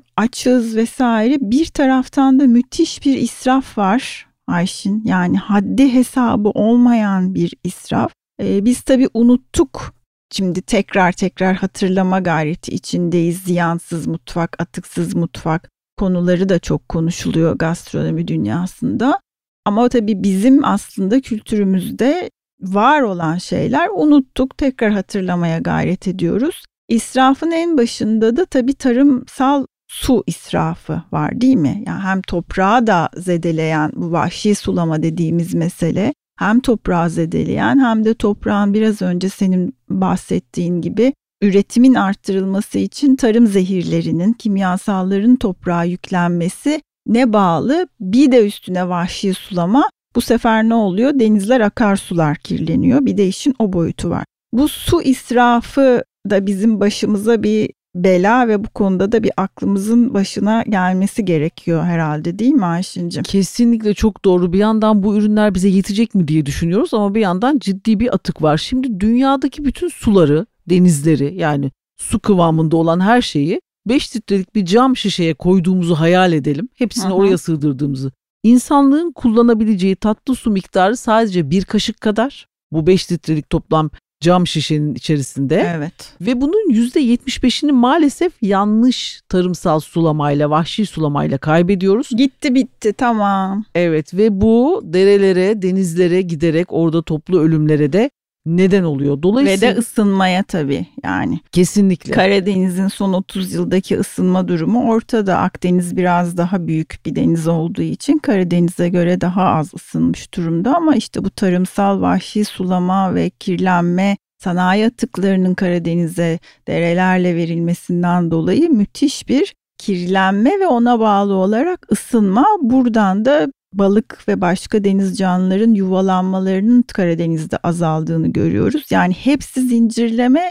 açız vesaire. Bir taraftan da müthiş bir israf var Ayşin. Yani haddi hesabı olmayan bir israf. Biz tabii unuttuk. Şimdi tekrar hatırlama gayreti içindeyiz. Ziyansız mutfak, atıksız mutfak konuları da çok konuşuluyor gastronomi dünyasında. Ama tabii bizim aslında kültürümüzde var olan şeyler unuttuk. Tekrar hatırlamaya gayret ediyoruz. İsrafın en başında da tabii tarımsal su israfı var, değil mi? Yani hem toprağı da zedeleyen bu vahşi sulama dediğimiz mesele, hem toprağı zedeleyen hem de toprağın biraz önce senin bahsettiğin gibi üretimin arttırılması için tarım zehirlerinin, kimyasalların toprağa yüklenmesi ne bağlı? Bir de üstüne vahşi sulama. Bu sefer ne oluyor? Denizler, akarsular kirleniyor. Bir de işin o boyutu var. Bu su israfı da bizim başımıza bir bela ve bu konuda da bir aklımızın başına gelmesi gerekiyor herhalde, değil mi Ayşin'cim? Kesinlikle çok doğru. Bir yandan bu ürünler bize yetecek mi diye düşünüyoruz ama bir yandan ciddi bir atık var. Şimdi dünyadaki bütün suları, denizleri, yani su kıvamında olan her şeyi 5 litrelik bir cam şişeye koyduğumuzu hayal edelim. Hepsini oraya sığdırdığımızı. İnsanlığın kullanabileceği tatlı su miktarı sadece 1 kaşık kadar. Bu 5 litrelik toplam cam şişenin içerisinde. Evet. Ve bunun %75'ini maalesef yanlış tarımsal sulamayla, vahşi sulamayla kaybediyoruz. Gitti bitti, tamam. Evet, ve bu derelere, denizlere giderek orada toplu ölümlere de neden oluyor. Dolayısıyla ve de ısınmaya tabii yani. Kesinlikle. Karadeniz'in son 30 yıldaki ısınma durumu ortada. Akdeniz biraz daha büyük bir deniz olduğu için Karadeniz'e göre daha az ısınmış durumda ama işte bu tarımsal vahşi sulama ve kirlenme, sanayi atıklarının Karadeniz'e derelerle verilmesinden dolayı müthiş bir kirlenme ve ona bağlı olarak ısınma. Buradan da balık ve başka deniz canlıların yuvalanmalarının Karadeniz'de azaldığını görüyoruz. Yani hepsi zincirleme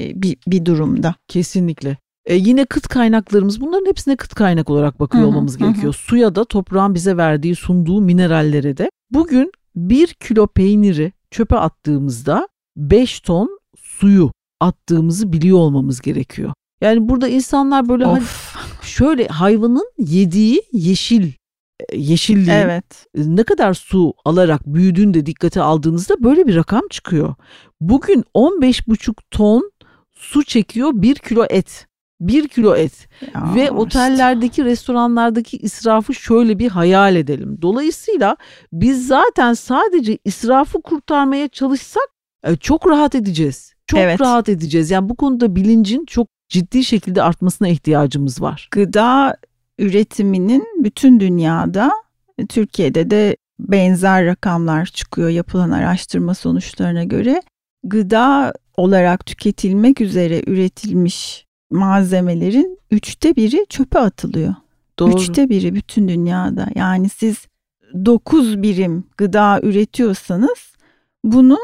bir durumda. Kesinlikle. Yine kıt kaynaklarımız, bunların hepsine kıt kaynak olarak bakıyor olmamız gerekiyor. Suya da, toprağın bize verdiği, sunduğu minerallere de. Bugün 1 kilo peyniri çöpe attığımızda 5 ton suyu attığımızı biliyor olmamız gerekiyor. Yani burada insanlar böyle şöyle hayvanın yediği yeşilliğin evet, ne kadar su alarak büyüdüğünü de dikkate aldığınızda böyle bir rakam çıkıyor. Bugün 15,5 ton su çekiyor 1 kilo et. 1 kilo et. Ya ve otellerdeki, restoranlardaki israfı şöyle bir hayal edelim. Dolayısıyla biz zaten sadece israfı kurtarmaya çalışsak çok rahat edeceğiz. Çok rahat edeceğiz. Yani bu konuda bilincin çok ciddi şekilde artmasına ihtiyacımız var. Gıda üretiminin bütün dünyada, Türkiye'de de benzer rakamlar çıkıyor yapılan araştırma sonuçlarına göre. Gıda olarak tüketilmek üzere üretilmiş malzemelerin 1/3 çöpe atılıyor. Doğru. 1/3 bütün dünyada. Yani siz 9 birim gıda üretiyorsanız bunun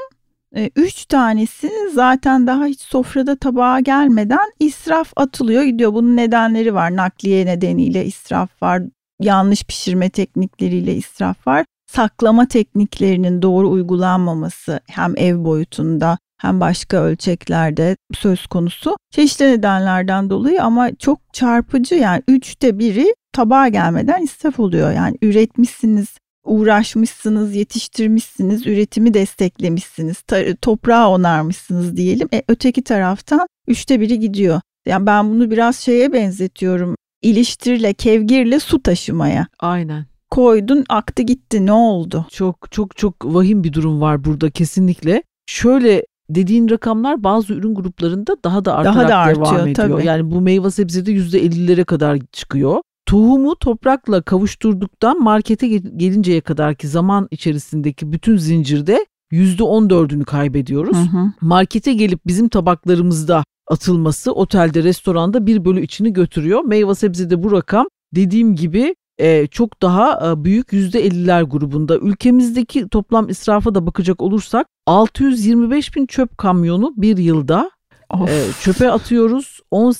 3 tanesi zaten daha hiç sofrada tabağa gelmeden israf atılıyor gidiyor. Bunun nedenleri var. Nakliye nedeniyle israf var. Yanlış pişirme teknikleriyle israf var. Saklama tekniklerinin doğru uygulanmaması hem ev boyutunda hem başka ölçeklerde söz konusu. Çeşitli nedenlerden dolayı ama çok çarpıcı, yani 1/3 tabağa gelmeden israf oluyor. Yani üretmişsiniz, uğraşmışsınız, yetiştirmişsiniz, üretimi desteklemişsiniz, toprağı onarmışsınız diyelim. Öteki taraftan 1/3 gidiyor. Yani ben bunu biraz şeye benzetiyorum. İliştirle, kevgirle su taşımaya. Aynen. Koydun, aktı gitti, ne oldu? Çok çok çok vahim bir durum var burada kesinlikle. Şöyle, dediğin rakamlar bazı ürün gruplarında daha da artarak devam ediyor. Tabii. Yani bu meyve sebzede %50'lere kadar çıkıyor. Tohumu toprakla kavuşturduktan markete gelinceye kadarki zaman içerisindeki bütün zincirde %14'ünü kaybediyoruz. Markete gelip bizim tabaklarımızda atılması otelde, restoranda 1/3'ünü götürüyor. Meyve sebzede bu rakam dediğim gibi çok daha büyük, %50'ler grubunda. Ülkemizdeki toplam israfa da bakacak olursak 625.000 çöp kamyonu bir yılda çöpe atıyoruz.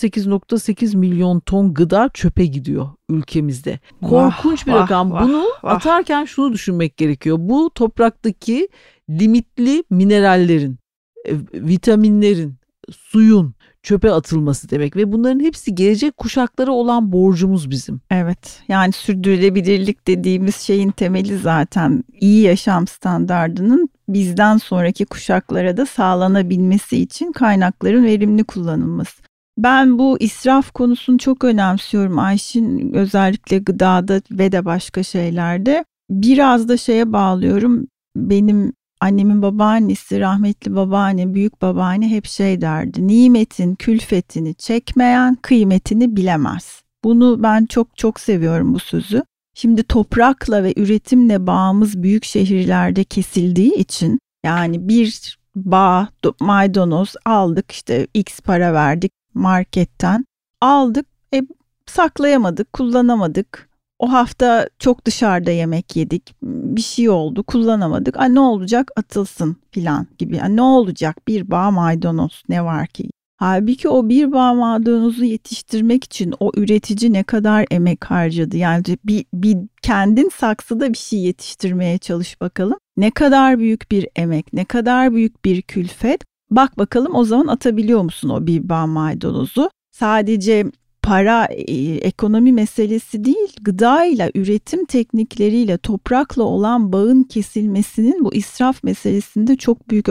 18.8 milyon ton gıda çöpe gidiyor ülkemizde. Korkunç bir rakam. Bunu atarken şunu düşünmek gerekiyor. Bu topraktaki limitli minerallerin, vitaminlerin, suyun çöpe atılması demek ve bunların hepsi gelecek kuşaklara olan borcumuz bizim. Evet, yani sürdürülebilirlik dediğimiz şeyin temeli zaten iyi yaşam standardının bizden sonraki kuşaklara da sağlanabilmesi için kaynakların verimli kullanılması. Ben bu israf konusunu çok önemsiyorum Ayşin, özellikle gıdada ve de başka şeylerde. Biraz da şeye bağlıyorum, benim annemin babaannesi, rahmetli babaannem, büyük babaanne hep şey derdi: nimetin külfetini çekmeyen kıymetini bilemez. Bunu ben çok çok seviyorum, bu sözü. Şimdi toprakla ve üretimle bağımız büyük şehirlerde kesildiği için, yani bir bağ maydanoz aldık, işte X para verdik marketten, aldık, saklayamadık, kullanamadık. O hafta çok dışarıda yemek yedik, bir şey oldu, kullanamadık. Ne olacak, atılsın filan gibi. Ne olacak, bir bağ maydanoz ne var ki? Halbuki o bir bağ maydanozu yetiştirmek için o üretici ne kadar emek harcadı. Yani bir kendin saksıda bir şey yetiştirmeye çalış bakalım. Ne kadar büyük bir emek, ne kadar büyük bir külfet. Bak bakalım, o zaman atabiliyor musun o bir bağ maydanozu? Sadece para, ekonomi meselesi değil, gıdayla, üretim teknikleriyle, toprakla olan bağın kesilmesinin bu israf meselesinde çok büyük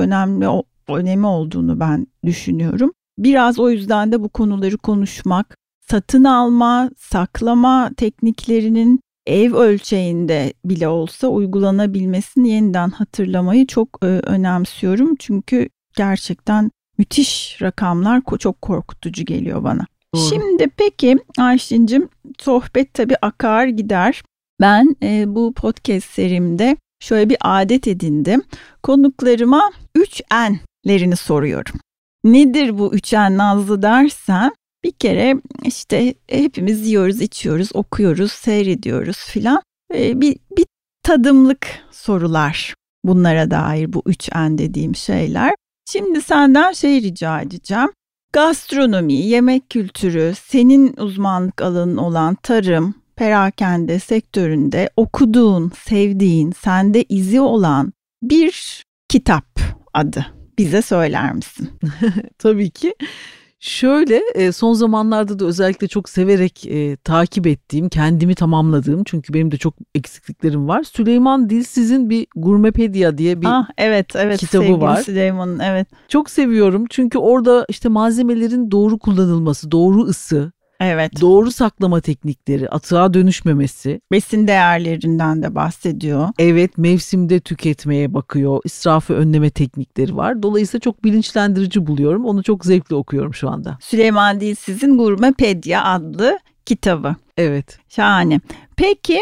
önemi olduğunu ben düşünüyorum. Biraz o yüzden de bu konuları konuşmak, satın alma, saklama tekniklerinin ev ölçeğinde bile olsa uygulanabilmesini yeniden hatırlamayı çok önemsiyorum. Çünkü gerçekten müthiş rakamlar, çok korkutucu geliyor bana. Doğru. Şimdi peki Ayşin'cim, sohbet tabii akar gider. Ben bu podcast serimde şöyle bir adet edindim. Konuklarıma 3N'lerini soruyorum. Nedir bu 3N Nazlı dersen, bir kere işte hepimiz yiyoruz, içiyoruz, okuyoruz, seyrediyoruz filan. Bir tadımlık sorular bunlara dair, bu 3N dediğim şeyler. Şimdi senden rica edeceğim. Gastronomi, yemek kültürü, senin uzmanlık alanın olan tarım, perakende sektöründe okuduğun, sevdiğin, sende izi olan bir kitap adı bize söyler misin? Tabii ki. Şöyle, son zamanlarda da özellikle çok severek takip ettiğim, kendimi tamamladığım, çünkü benim de çok eksikliklerim var. Süleyman Dilsiz'in bir Gurmepedia diye bir kitabı var. Süleyman'ın, evet. Çok seviyorum çünkü orada işte malzemelerin doğru kullanılması, doğru ısı, evet, doğru saklama teknikleri, atığa dönüşmemesi. Besin değerlerinden de bahsediyor. Evet, mevsimde tüketmeye bakıyor. İsrafı önleme teknikleri var. Dolayısıyla çok bilinçlendirici buluyorum. Onu çok zevkle okuyorum şu anda. Süleyman Dilsiz'in Gurmepedia adlı kitabı. Evet. Şahane. Peki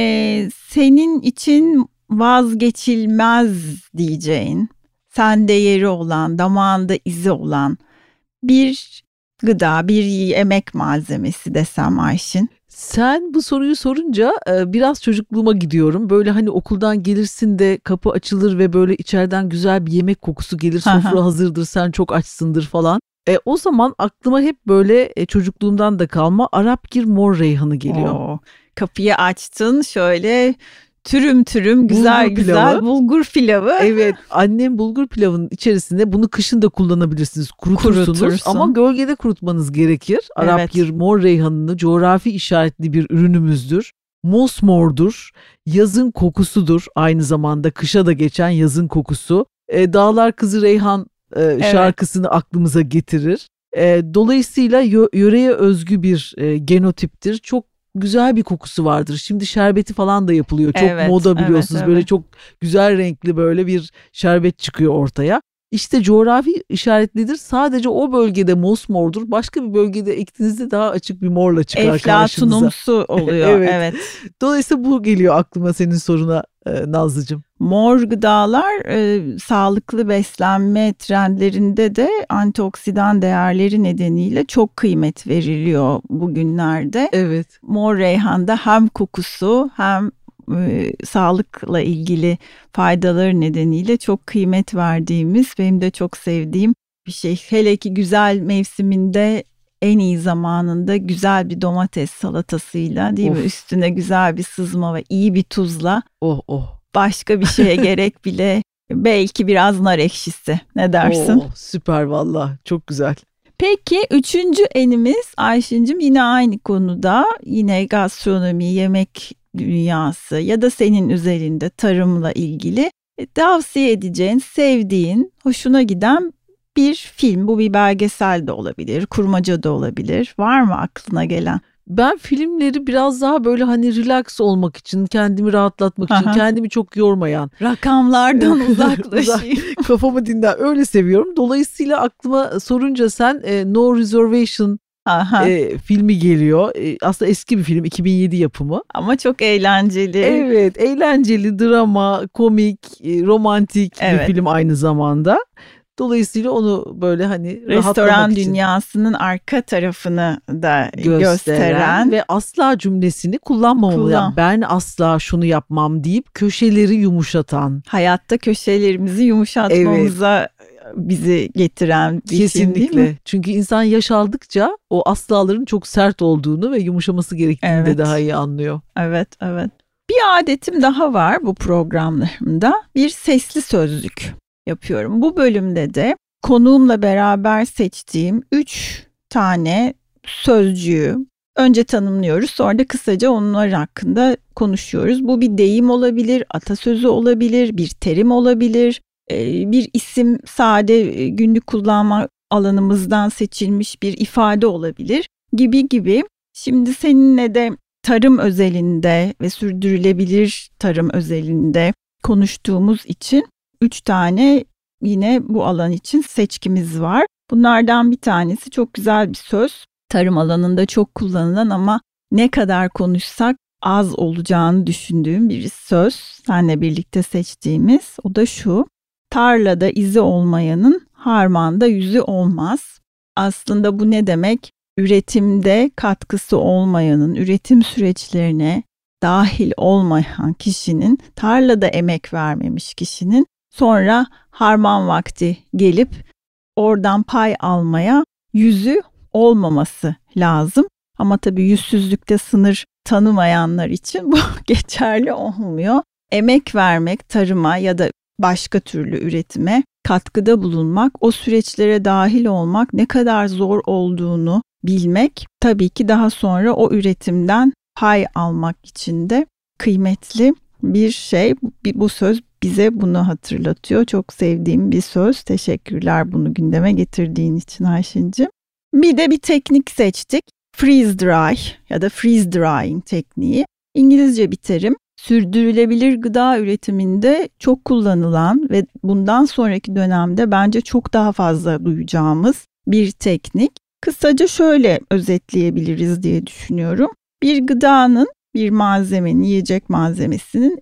senin için vazgeçilmez diyeceğin, sende yeri olan, damağında izi olan bir gıda, bir yemek malzemesi desem Ayşin? Sen bu soruyu sorunca biraz çocukluğuma gidiyorum. Böyle hani okuldan gelirsin de kapı açılır ve böyle içeriden güzel bir yemek kokusu gelir. Sofra hazırdır, sen çok açsındır falan. O zaman aklıma hep böyle çocukluğumdan da kalma Arapgir mor reyhanı geliyor. Kapıyı açtın, şöyle Türüm türüm güzel güzel bulgur pilavı. Evet, annem bulgur pilavının içerisinde bunu kışın da kullanabilirsiniz. Kurutursunuz ama gölgede kurutmanız gerekir. Arapgir mor reyhanını coğrafi işaretli bir ürünümüzdür. Mosmordur. Yazın kokusudur. Aynı zamanda kışa da geçen yazın kokusu. Dağlar Kızı Reyhan şarkısını aklımıza getirir. Dolayısıyla yöreye özgü bir genotiptir. Çok güzel bir kokusu vardır. Şimdi şerbeti falan da yapılıyor. Çok moda biliyorsunuz. Evet. Böyle çok güzel renkli böyle bir şerbet çıkıyor ortaya. İşte coğrafi işaretlidir. Sadece o bölgede mosmordur. Başka bir bölgede ektiğinizde daha açık bir morla çıkar karşınıza. Eflatunumsu oluyor. Evet. Dolayısıyla bu geliyor aklıma senin soruna Nazlıcığım. Mor gıdalar sağlıklı beslenme trendlerinde de antioksidan değerleri nedeniyle çok kıymet veriliyor bugünlerde. Evet. Mor reyhanda hem kokusu hem sağlıkla ilgili faydaları nedeniyle çok kıymet verdiğimiz, benim de çok sevdiğim bir şey. Hele ki güzel mevsiminde, en iyi zamanında güzel bir domates salatasıyla, değil mi? Üstüne güzel bir sızma ve iyi bir tuzla. Başka bir şeye gerek bile, belki biraz nar ekşisi. Ne dersin? Süper valla, çok güzel. Peki 3. enimiz Ayşin'cim yine aynı konuda, yine gastronomi, yemek dünyası ya da senin üzerinde tarımla ilgili tavsiye edeceğin, sevdiğin, hoşuna giden bir film. Bu bir belgesel de olabilir, kurmaca da olabilir. Var mı aklına gelen? Ben filmleri biraz daha böyle hani relax olmak için, kendimi rahatlatmak için, kendimi çok yormayan. Rakamlardan uzaklaşayım. Kafamı dinler, öyle seviyorum. Dolayısıyla aklıma sorunca sen No Reservation filmi geliyor. Aslında eski bir film, 2007 yapımı. Ama çok eğlenceli. Evet, eğlenceli, drama, komik, romantik bir film aynı zamanda. Dolayısıyla onu böyle hani restoran dünyasının arka tarafını da gösteren ve asla cümlesini kullanmamalı. Yani ben asla şunu yapmam deyip köşeleri yumuşatan. Hayatta köşelerimizi yumuşatmamıza bizi getiren bir kesinlikle film, değil mi? Çünkü insan yaş aldıkça o aslaların çok sert olduğunu ve yumuşaması gerektiğini de daha iyi anlıyor. Evet. Bir adetim daha var bu programlarımda. Bir sesli sözlük yapıyorum. Bu bölümde de konuğumla beraber seçtiğim 3 tane sözcüğü önce tanımlıyoruz. Sonra da kısaca onlar hakkında konuşuyoruz. Bu bir deyim olabilir, atasözü olabilir, bir terim olabilir, bir isim, sade günlük kullanma alanımızdan seçilmiş bir ifade olabilir gibi. Şimdi seninle de tarım özelinde ve sürdürülebilir tarım özelinde konuştuğumuz için 3 tane yine bu alan için seçkimiz var. Bunlardan bir tanesi çok güzel bir söz. Tarım alanında çok kullanılan ama ne kadar konuşsak az olacağını düşündüğüm bir söz. Seninle birlikte seçtiğimiz, o da şu: tarlada izi olmayanın harmanda yüzü olmaz. Aslında bu ne demek? Üretimde katkısı olmayanın, üretim süreçlerine dahil olmayan kişinin, tarlada emek vermemiş kişinin sonra harman vakti gelip oradan pay almaya yüzü olmaması lazım. Ama tabii yüzsüzlükte sınır tanımayanlar için bu geçerli olmuyor. Emek vermek, tarıma ya da başka türlü üretime katkıda bulunmak, o süreçlere dahil olmak, ne kadar zor olduğunu bilmek, tabii ki daha sonra o üretimden pay almak için de kıymetli bir şey. Bu söz bize bunu hatırlatıyor. Çok sevdiğim bir söz. Teşekkürler bunu gündeme getirdiğin için Ayşin'cim. Bir de bir teknik seçtik. Freeze dry ya da freeze drying tekniği. İngilizce bir terim. Sürdürülebilir gıda üretiminde çok kullanılan ve bundan sonraki dönemde bence çok daha fazla duyacağımız bir teknik. Kısaca şöyle özetleyebiliriz diye düşünüyorum. Bir gıdanın, bir malzemenin, yiyecek malzemesinin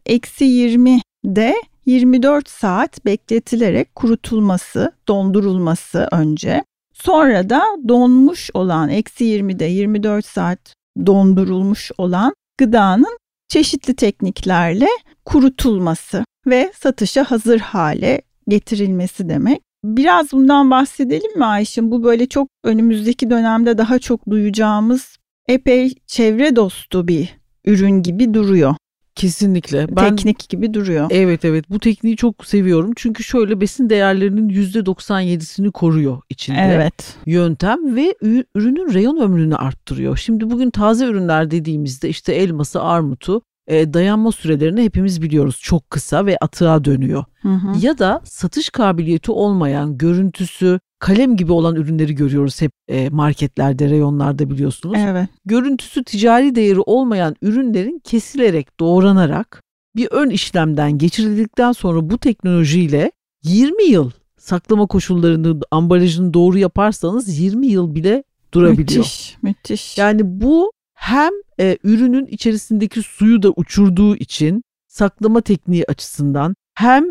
-20'de 24 saat bekletilerek kurutulması, dondurulması önce. Sonra da donmuş olan, -20'de 24 saat dondurulmuş olan gıdanın çeşitli tekniklerle kurutulması ve satışa hazır hale getirilmesi demek. Biraz bundan bahsedelim mi Ayşin? Bu böyle çok önümüzdeki dönemde daha çok duyacağımız epey çevre dostu bir ürün gibi duruyor. Kesinlikle. Teknik gibi duruyor. Evet, bu tekniği çok seviyorum. Çünkü şöyle besin değerlerinin %97'sini koruyor içinde. Evet. Yöntem ve ürünün reyon ömrünü arttırıyor. Şimdi bugün taze ürünler dediğimizde işte elması, armutu dayanma sürelerini hepimiz biliyoruz. Çok kısa ve atığa dönüyor. Ya da satış kabiliyeti olmayan, görüntüsü kalem gibi olan ürünleri görüyoruz hep marketlerde, reyonlarda biliyorsunuz. Evet. Görüntüsü ticari değeri olmayan ürünlerin kesilerek, doğranarak bir ön işlemden geçirildikten sonra bu teknolojiyle 20 yıl saklama koşullarını, ambalajını doğru yaparsanız 20 yıl bile durabiliyor. Müthiş. Yani bu hem ürünün içerisindeki suyu da uçurduğu için saklama tekniği açısından hem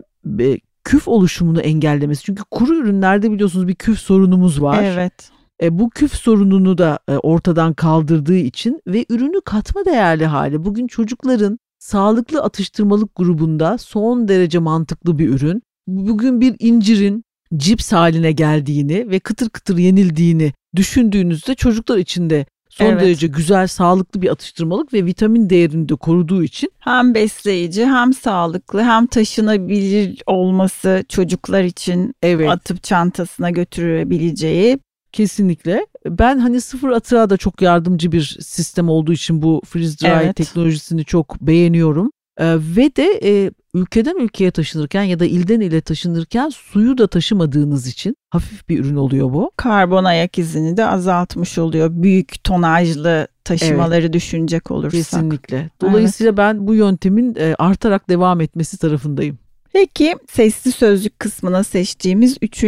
küf oluşumunu engellemesi. Çünkü kuru ürünlerde biliyorsunuz bir küf sorunumuz var. Evet. Bu küf sorununu da ortadan kaldırdığı için ve ürünü katma değerli hale. Bugün çocukların sağlıklı atıştırmalık grubunda son derece mantıklı bir ürün. Bugün bir incirin cips haline geldiğini ve kıtır kıtır yenildiğini düşündüğünüzde çocuklar için de son derece güzel, sağlıklı bir atıştırmalık ve vitamin değerini de koruduğu için hem besleyici, hem sağlıklı, hem taşınabilir olması çocuklar için atıp çantasına götürebileceği. Kesinlikle. Ben hani sıfır atığa da çok yardımcı bir sistem olduğu için bu freeze dry teknolojisini çok beğeniyorum. Ve de ülkeden ülkeye taşınırken ya da ilden ile taşınırken suyu da taşımadığınız için hafif bir ürün oluyor bu. Karbon ayak izini de azaltmış oluyor. Büyük tonajlı taşımaları düşünecek olursak. Kesinlikle. Dolayısıyla ben bu yöntemin artarak devam etmesi tarafındayım. Peki sesli sözcük kısmına seçtiğimiz 3.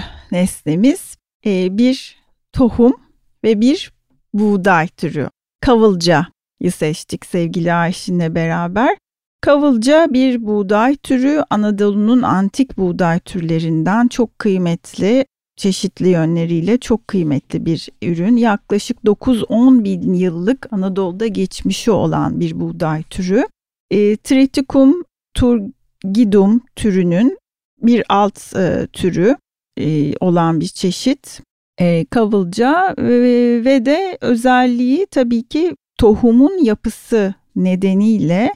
nesnemiz bir tohum ve bir buğday türü. Kavılcayı seçtik sevgili Ayşin'le beraber. Kavılca bir buğday türü, Anadolu'nun antik buğday türlerinden çok kıymetli, çeşitli yönleriyle çok kıymetli bir ürün. Yaklaşık 9-10 bin yıllık Anadolu'da geçmişi olan bir buğday türü. Triticum turgidum türünün bir alt türü olan bir çeşit kavılca ve de özelliği tabii ki tohumun yapısı nedeniyle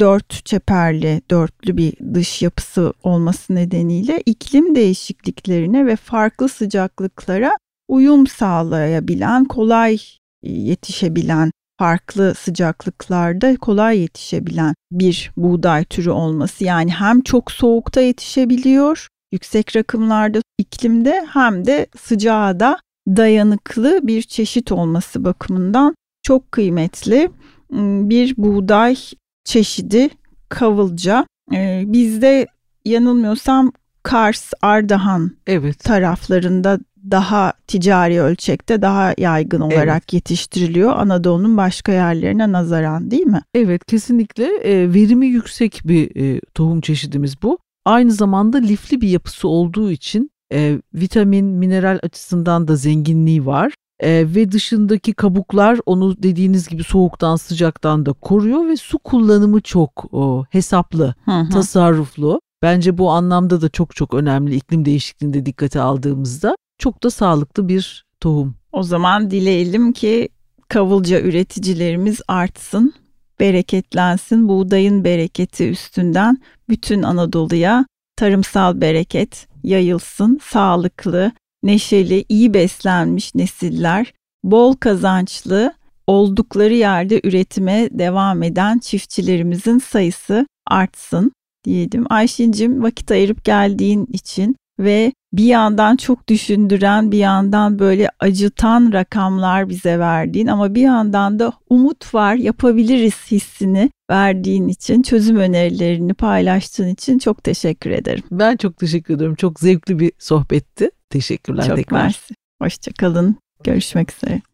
dörtlü bir dış yapısı olması nedeniyle iklim değişikliklerine ve farklı sıcaklıklara uyum sağlayabilen, kolay yetişebilen, farklı sıcaklıklarda kolay yetişebilen bir buğday türü olması. Yani hem çok soğukta yetişebiliyor, yüksek rakımlarda iklimde, hem de sıcağa da dayanıklı bir çeşit olması bakımından çok kıymetli bir buğday çeşidi kavılca. Bizde yanılmıyorsam Kars, Ardahan taraflarında daha ticari ölçekte daha yaygın olarak yetiştiriliyor. Anadolu'nun başka yerlerine nazaran, değil mi? Evet, kesinlikle verimi yüksek bir tohum çeşidimiz bu. Aynı zamanda lifli bir yapısı olduğu için vitamin, mineral açısından da zenginliği var. Ve dışındaki kabuklar onu dediğiniz gibi soğuktan, sıcaktan da koruyor ve su kullanımı çok hesaplı, tasarruflu. Bence bu anlamda da çok çok önemli, iklim değişikliğinde dikkate aldığımızda. Çok da sağlıklı bir tohum. O zaman dileyelim ki kavılca üreticilerimiz artsın, bereketlensin. Buğdayın bereketi üstünden bütün Anadolu'ya tarımsal bereket yayılsın. Sağlıklı, neşeli, iyi beslenmiş nesiller, bol kazançlı, oldukları yerde üretime devam eden çiftçilerimizin sayısı artsın diyelim. Ayşin'cim, vakit ayırıp geldiğin için ve bir yandan çok düşündüren, bir yandan böyle acıtan rakamlar bize verdiğin ama bir yandan da umut var, yapabiliriz hissini verdiğin için, çözüm önerilerini paylaştığın için çok teşekkür ederim. Ben çok teşekkür ederim. Çok zevkli bir sohbetti. Teşekkürler çok tekrar. Mersi. Hoşça kalın. Görüşmek üzere.